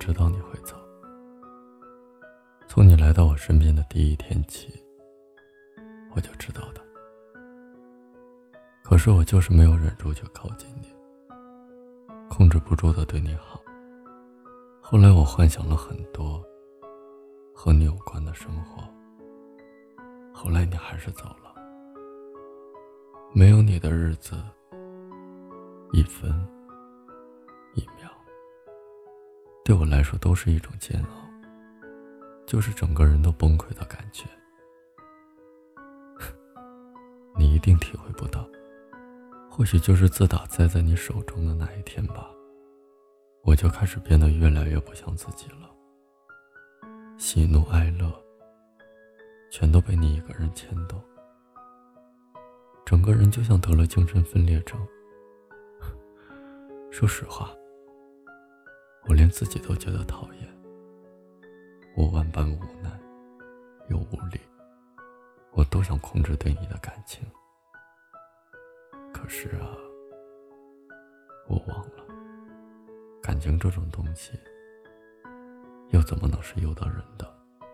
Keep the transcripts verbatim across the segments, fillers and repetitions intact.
知道你会走，从你来到我身边的第一天起，我就知道的。可是我就是没有忍住去靠近你，控制不住的对你好。后来我幻想了很多和你有关的生活，后来你还是走了。没有你的日子，一分一秒对我来说都是一种煎熬，就是整个人都崩溃的感觉。你一定体会不到，或许就是自打栽在你手中的那一天吧，我就开始变得越来越不像自己了。喜怒哀乐全都被你一个人牵动，整个人就像得了精神分裂症。说实话，我连自己都觉得讨厌，我万般无奈又无力，我都想控制对你的感情。可是啊，我忘了，感情这种东西又怎么能是由得人的？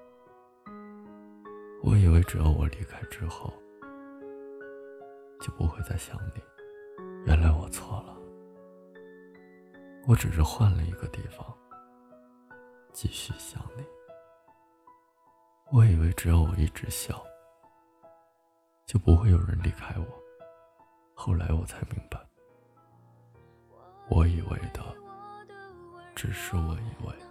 我以为只要我离开之后就不会再想你，原来我错了。我只是换了一个地方继续想你。我以为只要我一直笑就不会有人离开我，后来我才明白，我以为的只是我以为。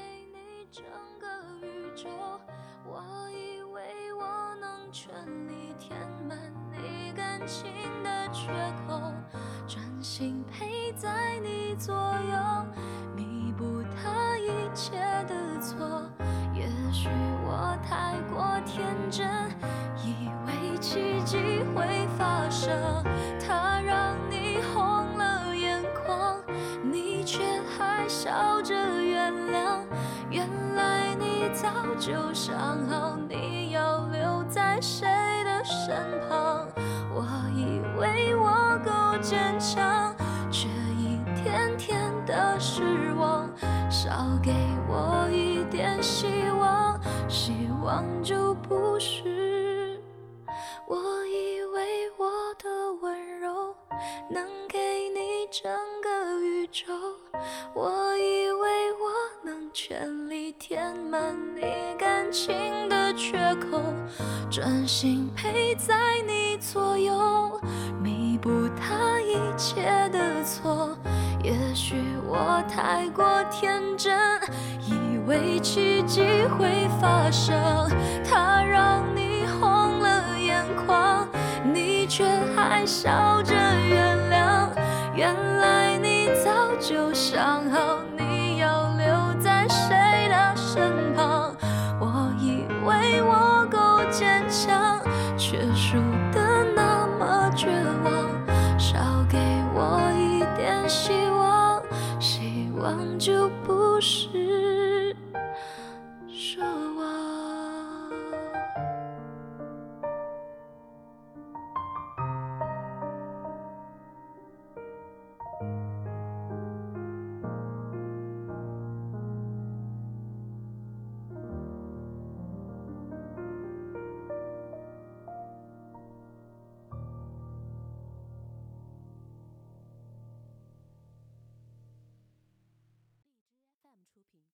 我以为我能全力填满你感情的缺口，专心陪在你左右，弥补他一切的错。也许我太过天真，以为奇迹会发生，他让你红了眼眶，你却还笑着原谅。原来你早就想好你要留在谁的身旁，我以为我够坚强，却一天天的失望。少给我一点希望，希望就不是。我以为我的温柔能给你整个宇宙，我以为我能全力填满你感情的缺口，专心陪在你左右，弥补他一切的错。也许我太过天真，以为奇迹会发生，他让你红了眼眶，你却还笑着原谅。原来你早就想好你要留在谁的身旁，我以为我够坚强，却输得那么绝望。少给我一点希望，希望就不是奢望。